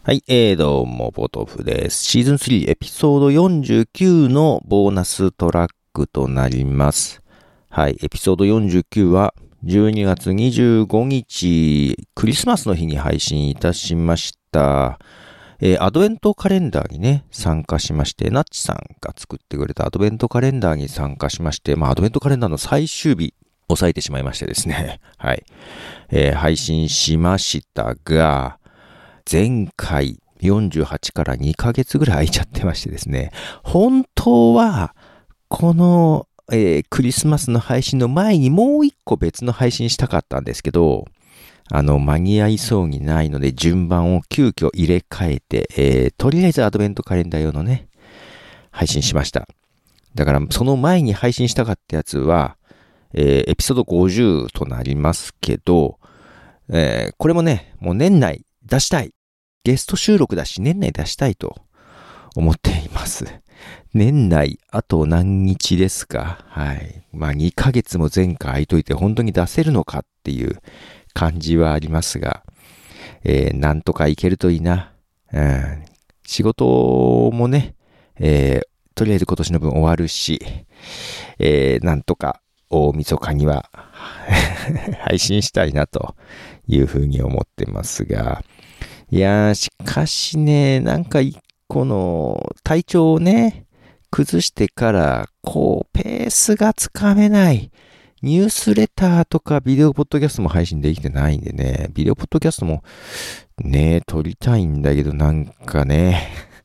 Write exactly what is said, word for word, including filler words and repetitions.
はい、えー、どうも、ポトフです。シーズンスリーエピソードよんじゅうきゅうのボーナストラックとなります。はい、エピソードよんじゅうきゅうはじゅうにがつにじゅうごにち、クリスマスの日に配信いたしました。えー、アドベントカレンダーにね、参加しまして、ナッチさんが作ってくれたアドベントカレンダーに参加しまして、まあ、アドベントカレンダーの最終日、抑えてしまいましてですね。はい。えー、配信しましたが、前回よんじゅうはちからにかげつぐらい空いちゃってましてですね、本当はこの、えー、クリスマスの配信の前にもう一個別の配信したかったんですけど、あの間に合いそうにないので順番を急遽入れ替えて、えー、とりあえずアドベントカレンダー用のね、配信しました。だからその前に配信したかったやつは、えー、エピソードごじゅうとなりますけど、えー、これもね、もう年内出したい。ゲスト収録だし年内出したいと思っています。年内あと何日ですか？はい。まあにかげつも前回空いといて本当に出せるのかっていう感じはありますが、えー、なんとかいけるといいな。うん、仕事もね、えー、とりあえず今年の分終わるし、えー、なんとか大晦日には配信したいなというふうに思ってますが、いやー、しかしね、なんか、この、体調をね、崩してから、こう、ペースがつかめない。ニュースレターとかビデオポッドキャストも配信できてないんでね、ビデオポッドキャストもね、撮りたいんだけど、なんかね、